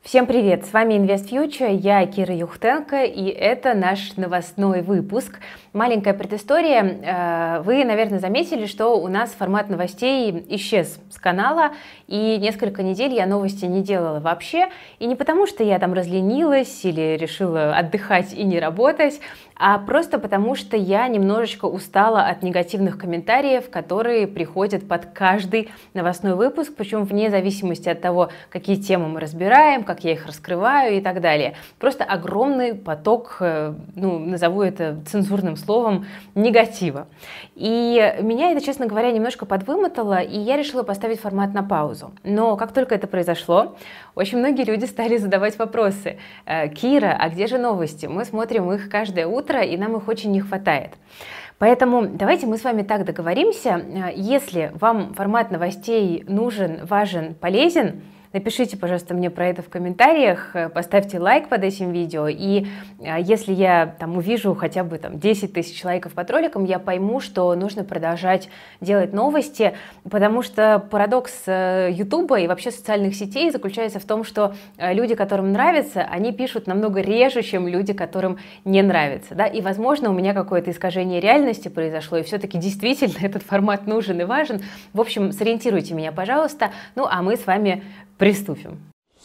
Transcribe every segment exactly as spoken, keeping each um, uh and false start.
Всем привет! С вами InvestFuture, я Кира Юхтенко, и это наш новостной выпуск. Маленькая предыстория. Вы, наверное, заметили, что у нас формат новостей исчез с канала, и несколько недель я новости не делала вообще. И не потому, что я там разленилась или решила отдыхать и не работать, а просто потому, что я немножечко устала от негативных комментариев, которые приходят под каждый новостной выпуск, причем вне зависимости от того, какие темы мы разбираем, как я их раскрываю и так далее. Просто огромный поток, ну, назову это цензурным словом, негатива. И меня это, честно говоря, немножко подвымотало, и я решила поставить формат на паузу. Но как только это произошло, очень многие люди стали задавать вопросы. Кира, а где же новости? Мы смотрим их каждое утро, и нам их очень не хватает. Поэтому давайте мы с вами так договоримся. Если вам формат новостей нужен, важен, полезен, напишите, пожалуйста, мне про это в комментариях, поставьте лайк под этим видео, и если я там увижу хотя бы там десять тысяч лайков под роликом, я пойму, что нужно продолжать делать новости, потому что парадокс Ютуба и вообще социальных сетей заключается в том, что люди, которым нравится, они пишут намного реже, чем люди, которым не нравится, да, и, возможно, у меня какое-то искажение реальности произошло, и все-таки действительно этот формат нужен и важен. В общем, сориентируйте меня, пожалуйста, ну, а мы с вами приступим.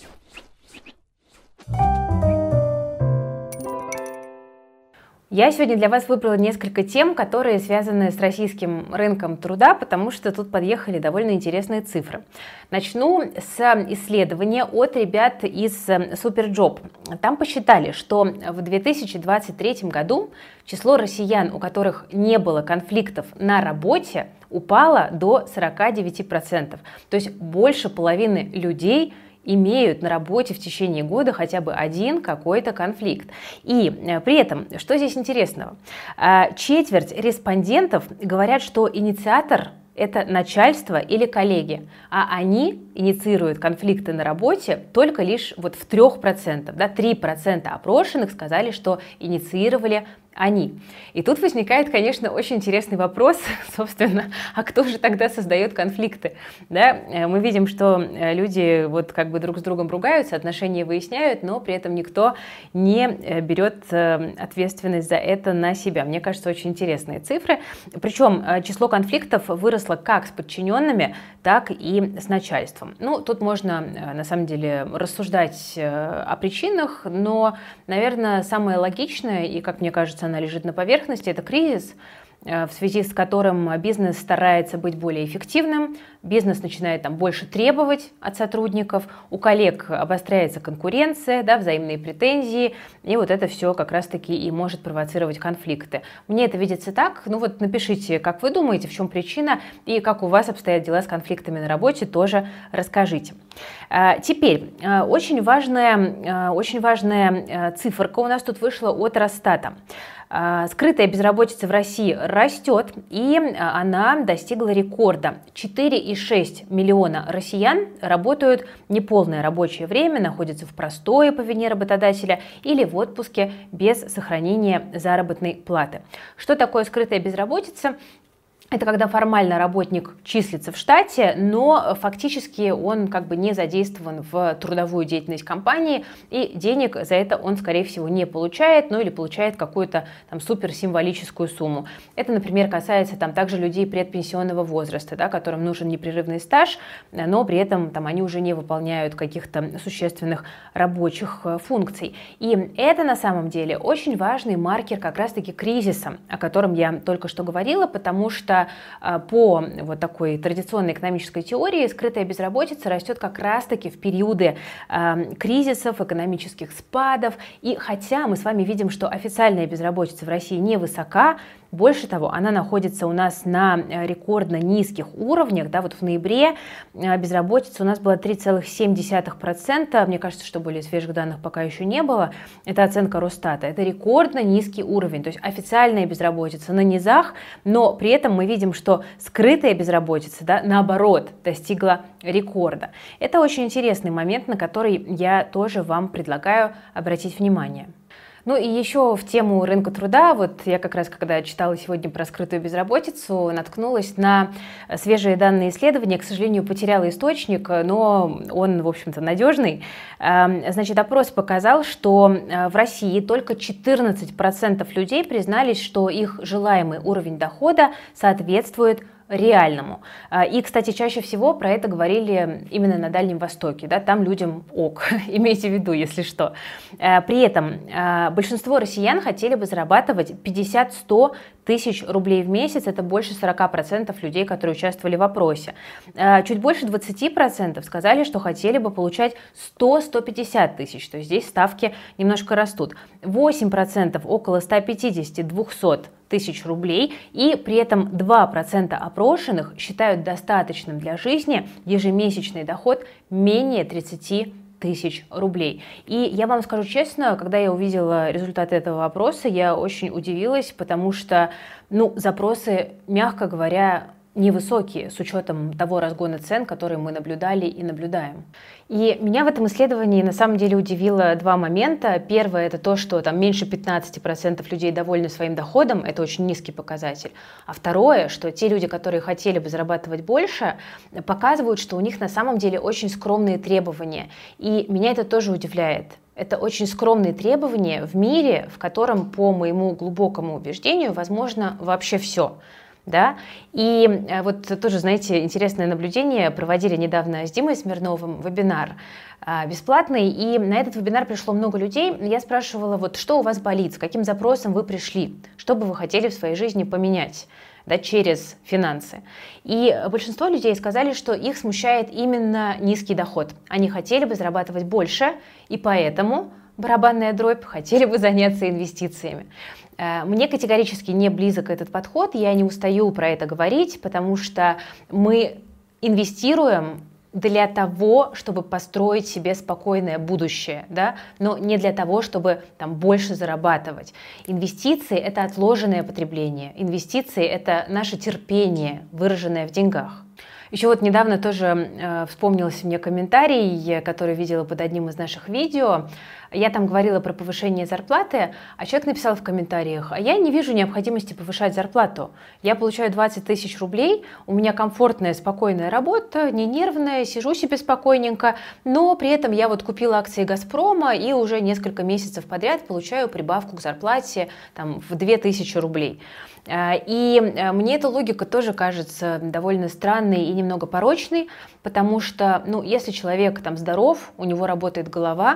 Я сегодня для вас выбрала несколько тем, которые связаны с российским рынком труда, потому что тут подъехали довольно интересные цифры. Начну с исследования от ребят из Суперджоп. Там посчитали, что в две тысячи двадцать третьем году число россиян, у которых не было конфликтов на работе, упало до сорока девяти процентов. То есть больше половины людей имеют на работе в течение года хотя бы один какой-то конфликт. И при этом, что здесь интересного? Четверть респондентов говорят, что инициатор – это начальство или коллеги, а они инициируют конфликты на работе только лишь вот в трёх процентах. Да, три процента опрошенных сказали, что инициировали они. И тут возникает, конечно, очень интересный вопрос, собственно, а кто же тогда создает конфликты? Да? Мы видим, что люди вот как бы друг с другом ругаются, отношения выясняют, но при этом никто не берет ответственность за это на себя. Мне кажется, очень интересные цифры. Причем число конфликтов выросло как с подчиненными, так и с начальством. Ну, тут можно, на самом деле, рассуждать о причинах, но, наверное, самое логичное, и, как мне кажется, она лежит на поверхности, это кризис, в связи с которым бизнес старается быть более эффективным, бизнес начинает там больше требовать от сотрудников, у коллег обостряется конкуренция, да, взаимные претензии, и вот это все как раз-таки и может провоцировать конфликты. Мне это видится так, ну вот напишите, как вы думаете, в чем причина, и как у вас обстоят дела с конфликтами на работе, тоже расскажите. Теперь, очень важная, очень важная циферка у нас тут вышла от Росстата. Скрытая безработица в России растет, и она достигла рекорда. четыре и шесть миллиона россиян работают неполное рабочее время, находятся в простое по вине работодателя или в отпуске без сохранения заработной платы. Что такое скрытая безработица? Это когда формально работник числится в штате, но фактически он как бы не задействован в трудовую деятельность компании, и денег за это он, скорее всего, не получает, ну или получает какую-то там суперсимволическую сумму. Это, например, касается там также людей предпенсионного возраста, да, которым нужен непрерывный стаж, но при этом там они уже не выполняют каких-то существенных рабочих функций. И это на самом деле очень важный маркер как раз-таки кризиса, о котором я только что говорила, потому что по вот такой традиционной экономической теории скрытая безработица растет как раз-таки в периоды э, кризисов, экономических спадов. И хотя мы с вами видим, что официальная безработица в России невысока, больше того, она находится у нас на рекордно низких уровнях. Да, вот в ноябре безработица у нас была три целых семь десятых процента. Мне кажется, что более свежих данных пока еще не было. Это оценка Росстата. Это рекордно низкий уровень. То есть официальная безработица на низах, но при этом мы видим, что скрытая безработица, да, наоборот, достигла рекорда. Это очень интересный момент, на который я тоже вам предлагаю обратить внимание. Ну и еще в тему рынка труда, вот я как раз, когда читала сегодня про скрытую безработицу, наткнулась на свежие данные исследования, к сожалению, потеряла источник, но он, в общем-то, надежный. Значит, опрос показал, что в России только четырнадцать процентов людей признались, что их желаемый уровень дохода соответствует реальному. И, кстати, чаще всего про это говорили именно на Дальнем Востоке, да, там людям ок, имейте в виду, если что. При этом большинство россиян хотели бы зарабатывать пятьдесят-сто тысяч рублей в месяц, это больше сорок процентов людей, которые участвовали в опросе. Чуть больше двадцать процентов сказали, что хотели бы получать сто-сто пятьдесят тысяч, то есть здесь ставки немножко растут. восемь процентов около ста пятидесяти-двухсот тысяч рублей, и при этом два процента опрошенных считают достаточным для жизни ежемесячный доход менее тридцати тысяч рублей. И я вам скажу честно, когда я увидела результаты этого опроса, я очень удивилась, потому что, ну, запросы, мягко говоря, невысокие, с учетом того разгона цен, который мы наблюдали и наблюдаем. И меня в этом исследовании на самом деле удивило два момента. Первое — это то, что там меньше пятнадцати процентов людей довольны своим доходом, это очень низкий показатель. А второе, что те люди, которые хотели бы зарабатывать больше, показывают, что у них на самом деле очень скромные требования. И меня это тоже удивляет. Это очень скромные требования в мире, в котором, по моему глубокому убеждению, возможно вообще все. Да? И вот тоже, знаете, интересное наблюдение. Проводили недавно с Димой Смирновым вебинар бесплатный, и на этот вебинар пришло много людей. Я спрашивала, вот что у вас болит, с каким запросом вы пришли, что бы вы хотели в своей жизни поменять, да, через финансы. И большинство людей сказали, что их смущает именно низкий доход. Они хотели бы зарабатывать больше, и поэтому, барабанная дробь, хотели бы заняться инвестициями. Мне категорически не близок этот подход, я не устаю про это говорить, потому что мы инвестируем для того, чтобы построить себе спокойное будущее, да? Но не для того, чтобы там больше зарабатывать. Инвестиции — это отложенное потребление, инвестиции — это наше терпение, выраженное в деньгах. Еще вот недавно тоже э, вспомнился мне комментарий, который видела под одним из наших видео. Я там говорила про повышение зарплаты, а человек написал в комментариях: а я не вижу необходимости повышать зарплату. Я получаю двадцать тысяч рублей, у меня комфортная, спокойная работа, не нервная, сижу себе спокойненько, но при этом я вот купила акции «Газпрома» и уже несколько месяцев подряд получаю прибавку к зарплате там, в две тысячи рублей. И мне эта логика тоже кажется довольно странной и немного порочной, потому что, ну, если человек там здоров, у него работает голова,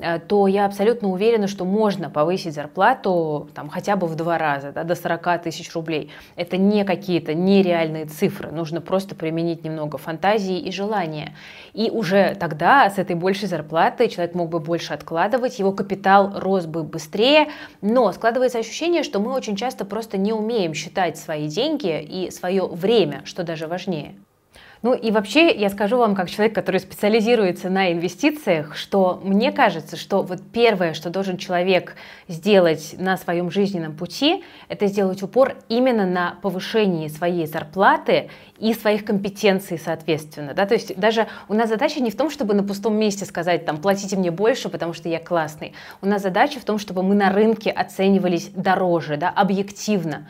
то я абсолютно уверена, что можно повысить зарплату там, хотя бы в два раза, да, до сорока тысяч рублей. Это не какие-то нереальные цифры, нужно просто применить немного фантазии и желания. И уже тогда с этой большей зарплаты человек мог бы больше откладывать, его капитал рос бы быстрее, но складывается ощущение, что мы очень часто просто не умеем умеем считать свои деньги и свое время, что даже важнее. Ну и вообще я скажу вам, как человек, который специализируется на инвестициях, что мне кажется, что вот первое, что должен человек сделать на своем жизненном пути, это сделать упор именно на повышении своей зарплаты и своих компетенций, соответственно. Да? То есть даже у нас задача не в том, чтобы на пустом месте сказать, там, платите мне больше, потому что я классный. У нас задача в том, чтобы мы на рынке оценивались дороже, да, объективно.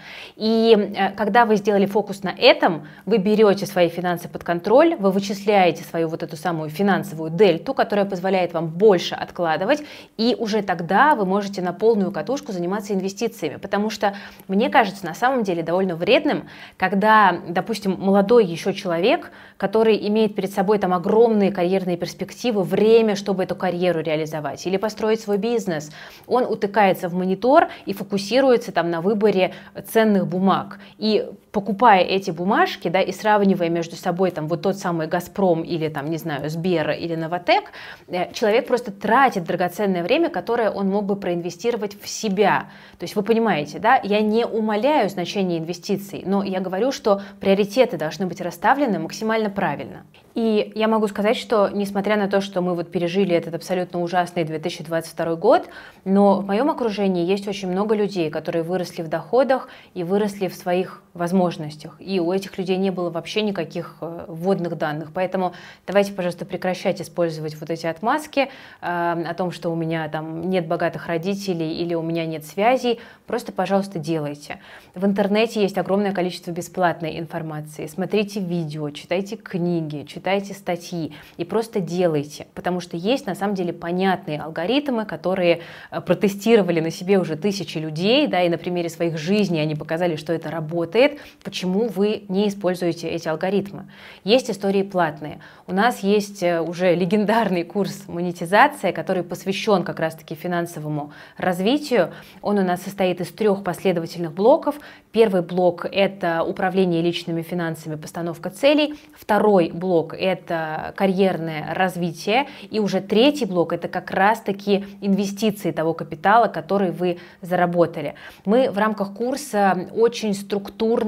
И э, когда вы сделали фокус на этом, вы берете свои финансы под контроль, вы вычисляете свою вот эту самую финансовую дельту, которая позволяет вам больше откладывать, и уже тогда вы можете на полную катушку заниматься инвестициями. Потому что, мне кажется, на самом деле довольно вредным, когда, допустим, молодой еще человек, который имеет перед собой там огромные карьерные перспективы, время, чтобы эту карьеру реализовать или построить свой бизнес, он утыкается в монитор и фокусируется там на выборе ценных бумаг. И покупая эти бумажки, да, и сравнивая между собой там вот тот самый «Газпром» или там, не знаю, Сбер или Новатэк, человек просто тратит драгоценное время, которое он мог бы проинвестировать в себя. То есть вы понимаете, да, я не умаляю значение инвестиций, но я говорю, что приоритеты должны быть расставлены максимально правильно. И я могу сказать, что несмотря на то, что мы вот пережили этот абсолютно ужасный две тысячи двадцать второй год, но в моем окружении есть очень много людей, которые выросли в доходах и выросли в своих возможностях, и у этих людей не было вообще никаких вводных данных. Поэтому давайте, пожалуйста, прекращать использовать вот эти отмазки э, о том, что у меня там нет богатых родителей или у меня нет связей. Просто, пожалуйста, делайте. В интернете есть огромное количество бесплатной информации. Смотрите видео, читайте книги, читайте статьи и просто делайте, потому что есть на самом деле понятные алгоритмы, которые протестировали на себе уже тысячи людей, да, и на примере своих жизней они показали, что это работает. Почему вы не используете эти алгоритмы? Есть истории платные. У нас есть уже легендарный курс монетизация, который посвящен как раз-таки финансовому развитию. Он у нас состоит из трех последовательных блоков. Первый блок – это управление личными финансами, постановка целей. Второй блок – это карьерное развитие. И уже третий блок – это как раз-таки инвестиции того капитала, который вы заработали. Мы в рамках курса очень структурно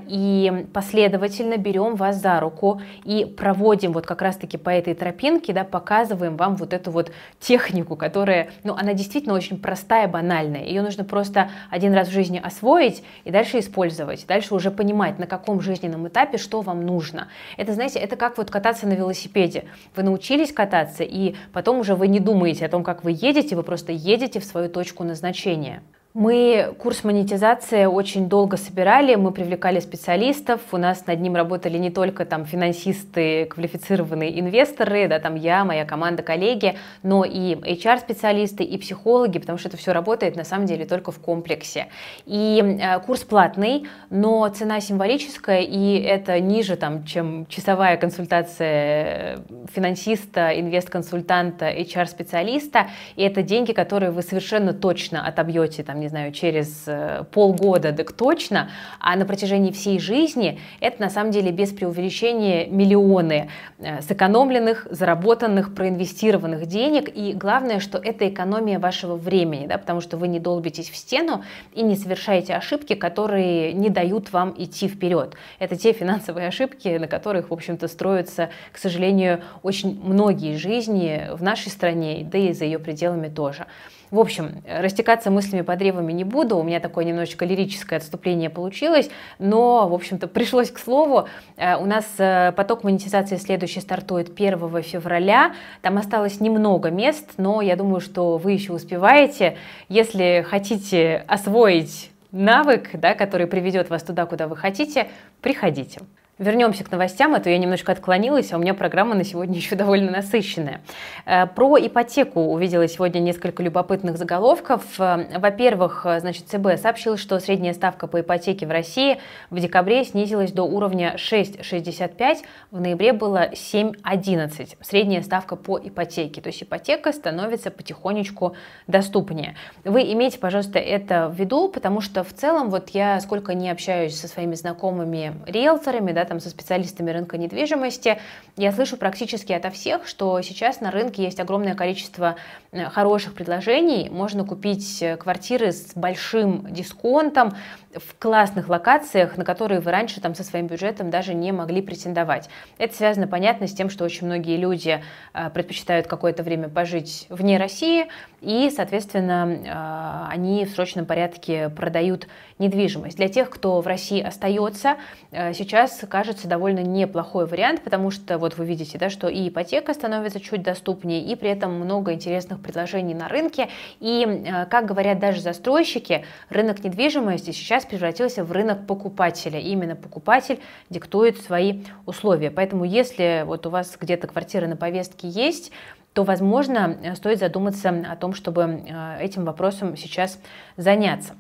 и последовательно берем вас за руку и проводим вот как раз-таки по этой тропинке, да, показываем вам вот эту вот технику, которая, ну, она действительно очень простая, банальная. Ее нужно просто один раз в жизни освоить и дальше использовать, дальше уже понимать, на каком жизненном этапе что вам нужно. Это, знаете, это как вот кататься на велосипеде. Вы научились кататься, и потом уже вы не думаете о том, как вы едете, вы просто едете в свою точку назначения. Мы курс монетизации очень долго собирали, мы привлекали специалистов, у нас над ним работали не только там финансисты, квалифицированные инвесторы, да, там я, моя команда, коллеги, но и эйч ар-специалисты, и психологи, потому что это все работает на самом деле только в комплексе. И э, курс платный, но цена символическая, и это ниже, там, чем часовая консультация финансиста, инвест-консультанта, эйч ар-специалиста, и это деньги, которые вы совершенно точно отобьете, там, не знаю, через полгода, так точно, а на протяжении всей жизни это на самом деле без преувеличения миллионы сэкономленных, заработанных, проинвестированных денег, и главное, что это экономия вашего времени, да, потому что вы не долбитесь в стену и не совершаете ошибки, которые не дают вам идти вперед. Это те финансовые ошибки, на которых, в общем-то, строятся, к сожалению, очень многие жизни в нашей стране, да и за ее пределами тоже. В общем, растекаться мыслями по древам не буду, у меня такое немножечко лирическое отступление получилось, но, в общем-то, пришлось к слову. У нас поток монетизации следующий стартует первого февраля, там осталось немного мест, но я думаю, что вы еще успеваете. Если хотите освоить навык, да, который приведет вас туда, куда вы хотите, приходите. Вернемся к новостям, а то я немножко отклонилась, а у меня программа на сегодня еще довольно насыщенная. Про ипотеку увидела сегодня несколько любопытных заголовков. Во-первых, значит, ЦБ сообщил, что средняя ставка по ипотеке в России в декабре снизилась до уровня шесть целых шестьдесят пять сотых, в ноябре было семь целых одиннадцать сотых. Средняя ставка по ипотеке, то есть ипотека становится потихонечку доступнее. Вы имейте, пожалуйста, это в виду, потому что в целом, вот я сколько не общаюсь со своими знакомыми риэлторами, да, там, со специалистами рынка недвижимости, я слышу практически ото всех, что сейчас на рынке есть огромное количество хороших предложений. Можно купить квартиры с большим дисконтом в классных локациях, на которые вы раньше там со своим бюджетом даже не могли претендовать. Это связано, понятно, с тем, что очень многие люди предпочитают какое-то время пожить вне России, и, соответственно, они в срочном порядке продают недвижимость. Для тех, кто в России остается, сейчас кажется довольно неплохой вариант, потому что вот вы видите, да, что и ипотека становится чуть доступнее, и при этом много интересных предложений на рынке. И, как говорят даже застройщики, рынок недвижимости сейчас превратился в рынок покупателя. И именно покупатель диктует свои условия. Поэтому если вот у вас где-то квартира на повестке есть, то, возможно, стоит задуматься о том, чтобы этим вопросом сейчас заняться.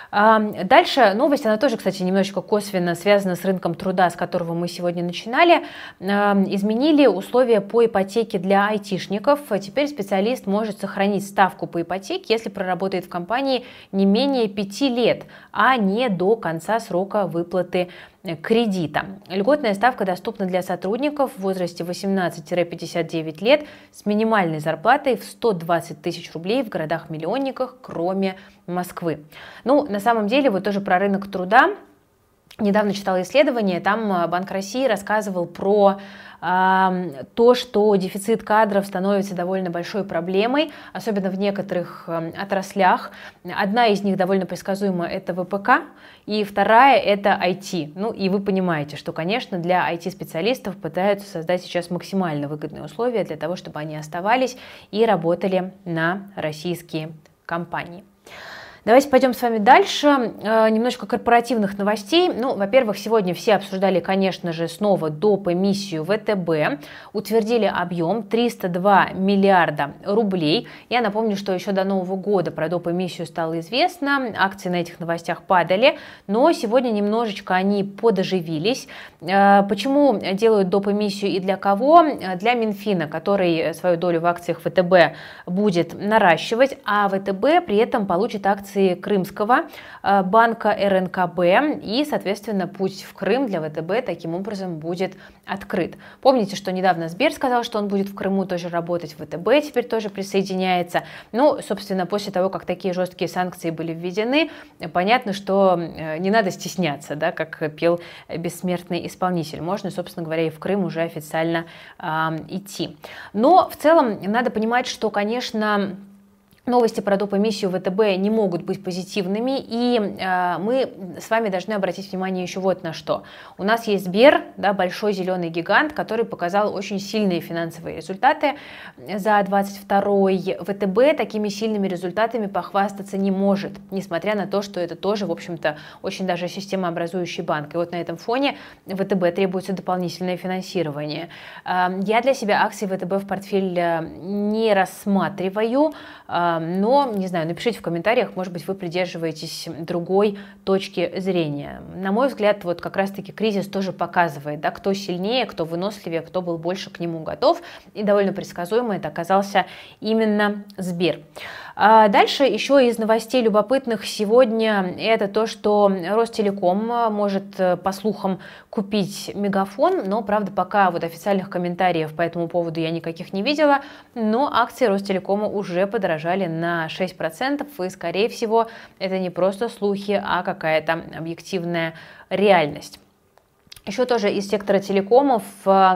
Дальше новость, она тоже, кстати, немножечко косвенно связана с рынком труда, с которого мы сегодня начинали. Изменили условия по ипотеке для айтишников. Теперь специалист может сохранить ставку по ипотеке, если проработает в компании не менее пяти лет, а не до конца срока выплаты кредита. Льготная ставка доступна для сотрудников в возрасте восемнадцать — пятьдесят девять лет с минимальной зарплатой в сто двадцать тысяч рублей в городах-миллионниках, кроме Москвы. Ну, на самом деле, вот тоже про рынок труда. Недавно читала исследование, там Банк России рассказывал про То, что дефицит кадров становится довольно большой проблемой, особенно в некоторых отраслях. Одна из них довольно предсказуема – это вэ пэ ка, и вторая – это ай ти. Ну и вы понимаете, что, конечно, для ай ти-специалистов пытаются создать сейчас максимально выгодные условия для того, чтобы они оставались и работали на российские компании. Давайте пойдем с вами дальше. Немножко корпоративных новостей. Ну, во-первых, сегодня все обсуждали, конечно же, снова доп. Эмиссию вэ тэ бэ. Утвердили объем триста два миллиарда рублей. Я напомню, что еще до Нового года про доп. Эмиссию стало известно. Акции на этих новостях падали, но сегодня немножечко они подоживились. Почему делают доп. Эмиссию и для кого? Для Минфина, который свою долю в акциях вэ тэ бэ будет наращивать, а вэ тэ бэ при этом получит акции Крымского банка эр эн ка бэ, и, соответственно, путь в Крым для вэ тэ бэ таким образом будет открыт. Помните, что недавно Сбер сказал, что он будет в Крыму тоже работать, вэ тэ бэ теперь тоже присоединяется. Ну, собственно, после того, как такие жесткие санкции были введены, понятно, что не надо стесняться, да, как пел бессмертный исполнитель. Можно, собственно говоря, и в Крым уже официально э, идти. Но в целом надо понимать, что, конечно, новости про доп. Эмиссию вэ тэ бэ не могут быть позитивными, и э, мы с вами должны обратить внимание еще вот на что. У нас есть Сбер, да, большой зеленый гигант, который показал очень сильные финансовые результаты за двадцать второй. вэ тэ бэ такими сильными результатами похвастаться не может, несмотря на то, что это тоже, в общем-то, очень даже системообразующий банк. И вот на этом фоне вэ тэ бэ требуется дополнительное финансирование. Э, я для себя акции вэ тэ бэ в портфель не рассматриваю, но, не знаю, напишите в комментариях, может быть, вы придерживаетесь другой точки зрения. На мой взгляд, вот как раз-таки кризис тоже показывает, да, кто сильнее, кто выносливее, кто был больше к нему готов, и довольно предсказуемо это оказался именно Сбер. А дальше еще из новостей любопытных сегодня это то, что Ростелеком может, по слухам, купить Мегафон, но, правда, пока вот официальных комментариев по этому поводу я никаких не видела, но акции Ростелекома уже подорожали на шесть процентов, и, скорее всего, это не просто слухи, а какая-то объективная реальность. Еще тоже из сектора телекомов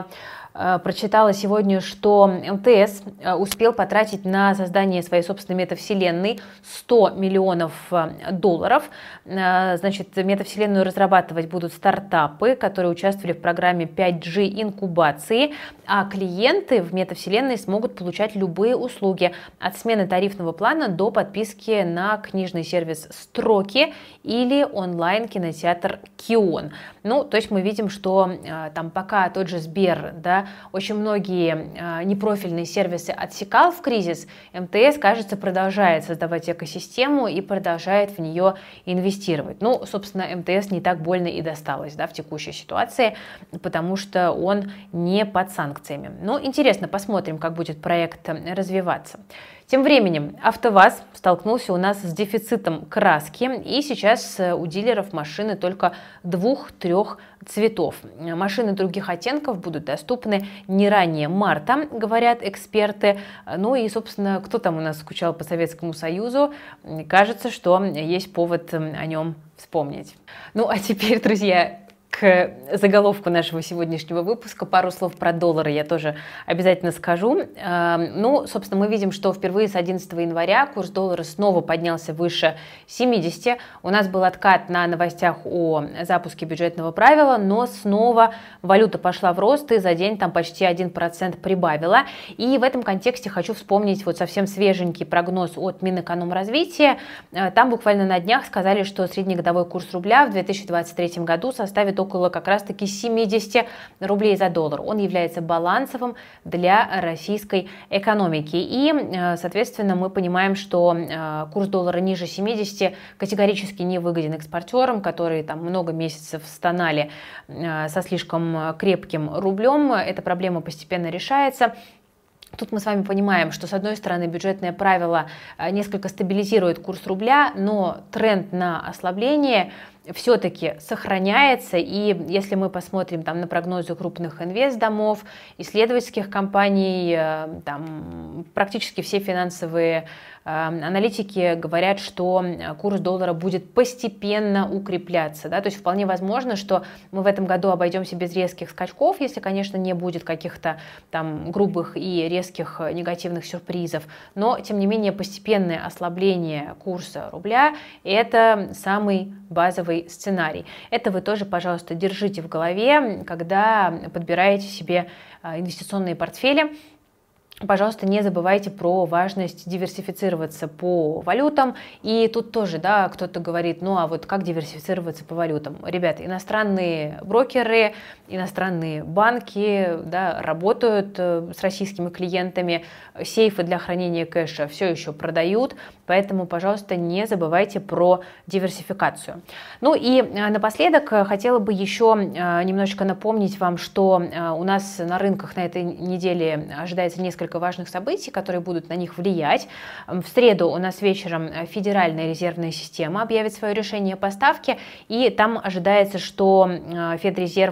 прочитала сегодня, что эм тэ эс успел потратить на создание своей собственной метавселенной сто миллионов долларов. Значит, метавселенную разрабатывать будут стартапы, которые участвовали в программе пять джи инкубации, а клиенты в метавселенной смогут получать любые услуги от смены тарифного плана до подписки на книжный сервис «Строки» или онлайн-кинотеатр «Кион». Ну, то есть мы видим, что там пока тот же Сбер, да, очень многие э, непрофильные сервисы отсекал в кризис, эм тэ эс, кажется, продолжает создавать экосистему и продолжает в нее инвестировать. Ну, собственно, эм тэ эс не так больно и досталось, да, в текущей ситуации, потому что он не под санкциями. Но интересно, посмотрим, как будет проект развиваться. Тем временем АвтоВАЗ столкнулся у нас с дефицитом краски, и сейчас у дилеров машины только двух-трех цветов. Машины других оттенков будут доступны не ранее марта, говорят эксперты. Ну и, собственно, кто там у нас скучал по Советскому Союзу, кажется, что есть повод о нем вспомнить. Ну а теперь, друзья, к заголовку нашего сегодняшнего выпуска пару слов про доллары я тоже обязательно скажу. Ну, собственно, мы видим, что впервые с одиннадцатого января курс доллара снова поднялся выше семидесяти. У нас был откат на новостях о запуске бюджетного правила, но снова валюта пошла в рост и за день там почти один процент прибавила. И в этом контексте хочу вспомнить вот совсем свеженький прогноз от Минэкономразвития. Там буквально на днях сказали, что среднегодовой курс рубля в две тысячи двадцать третьем году составит около как раз-таки семидесяти рублей за доллар. Он является балансовым для российской экономики. И, соответственно, мы понимаем, что курс доллара ниже семидесяти категорически не выгоден экспортерам, которые там много месяцев стонали со слишком крепким рублем. Эта проблема постепенно решается. Тут мы с вами понимаем, что с одной стороны бюджетное правило несколько стабилизирует курс рубля, но тренд на ослабление все-таки сохраняется, и если мы посмотрим там на прогнозы крупных инвестдомов, исследовательских компаний, там практически все финансовые аналитики говорят, что курс доллара будет постепенно укрепляться, да, то есть вполне возможно, что мы в этом году обойдемся без резких скачков, если, конечно, не будет каких-то там грубых и резких негативных сюрпризов, но, тем не менее, постепенное ослабление курса рубля – это самый базовый сценарий. Это вы тоже, пожалуйста, держите в голове, когда подбираете себе инвестиционные портфели. Пожалуйста, не забывайте про важность диверсифицироваться по валютам. И тут тоже, да, кто-то говорит, ну а вот как диверсифицироваться по валютам? Ребята, иностранные брокеры, иностранные банки, да, работают с российскими клиентами, сейфы для хранения кэша все еще продают, поэтому, пожалуйста, не забывайте про диверсификацию. Ну и напоследок хотела бы еще немножечко напомнить вам, что у нас на рынках на этой неделе ожидается несколько важных событий, которые будут на них влиять. В среду у нас вечером Федеральная резервная система объявит свое решение по ставке, и там ожидается, что Федрезерв,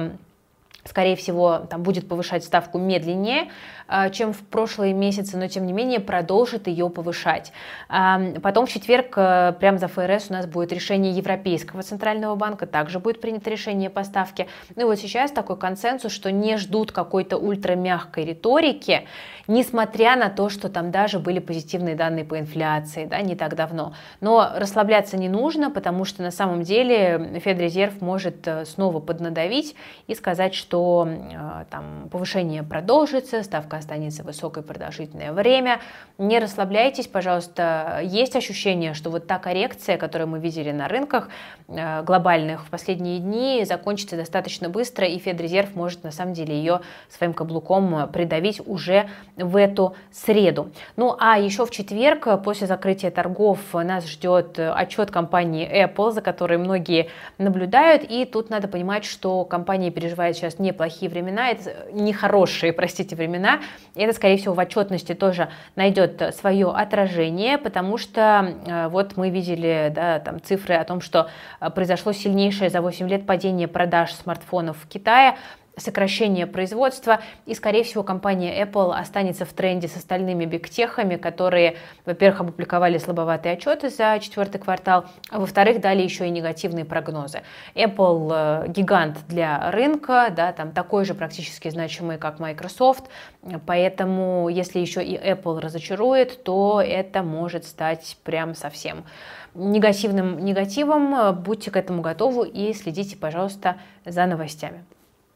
скорее всего, там будет повышать ставку медленнее, чем в прошлые месяцы, но тем не менее продолжит ее повышать. Потом в четверг, прямо за эф эр эс, у нас будет решение Европейского центрального банка, также будет принято решение по ставке. Ну и вот сейчас такой консенсус, что не ждут какой-то ультрамягкой риторики, несмотря на то, что там даже были позитивные данные по инфляции, да, не так давно. Но расслабляться не нужно, потому что на самом деле Федрезерв может снова поднадавить и сказать, что там повышение продолжится, ставка останется высокой продолжительное время. Не расслабляйтесь, пожалуйста. Есть ощущение, что вот та коррекция, которую мы видели на рынках глобальных в последние дни, закончится достаточно быстро, и Федрезерв может на самом деле ее своим каблуком придавить уже в эту среду. Ну а еще в четверг, после закрытия торгов, нас ждет отчет компании Apple, за которой многие наблюдают, и тут надо понимать, что компания переживает сейчас неплохие времена, это нехорошие, простите, времена, и это, скорее всего, в отчетности тоже найдет свое отражение, потому что вот мы видели, да, там цифры о том, что произошло сильнейшее за восемь лет падение продаж смартфонов в Китае, сокращение производства, и, скорее всего, компания Apple останется в тренде с остальными бигтехами, которые, во-первых, опубликовали слабоватые отчеты за четвертый квартал, а во-вторых, дали еще и негативные прогнозы. Apple гигант для рынка, да, там такой же практически значимый, как Microsoft, поэтому, если еще и Apple разочарует, то это может стать прям совсем негативным негативом. Будьте к этому готовы и следите, пожалуйста, за новостями.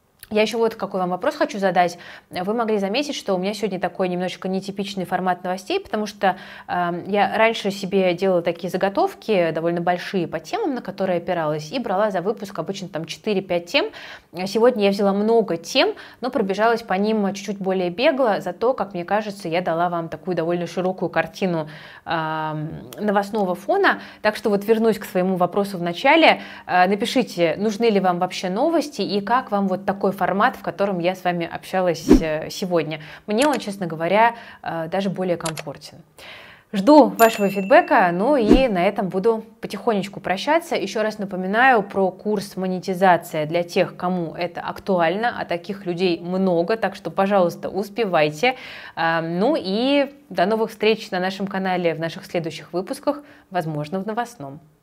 Я еще вот какой вам вопрос хочу задать. Вы могли заметить, что у меня сегодня такой немножечко нетипичный формат новостей, потому что э, я раньше себе делала такие заготовки, довольно большие по темам, на которые опиралась, и брала за выпуск обычно там четыре-пять тем. Сегодня я взяла много тем, но пробежалась по ним чуть-чуть более бегло, зато, как мне кажется, я дала вам такую довольно широкую картину э, новостного фона. Так что вот вернусь к своему вопросу в начале. Э, напишите, нужны ли вам вообще новости и как вам вот такой формат, в котором я с вами общалась сегодня. Мне он, честно говоря, даже более комфортен. Жду вашего фидбэка, ну и на этом буду потихонечку прощаться. Еще раз напоминаю про курс монетизация для тех, кому это актуально, а таких людей много, так что, пожалуйста, успевайте. Ну и до новых встреч на нашем канале в наших следующих выпусках, возможно, в новостном.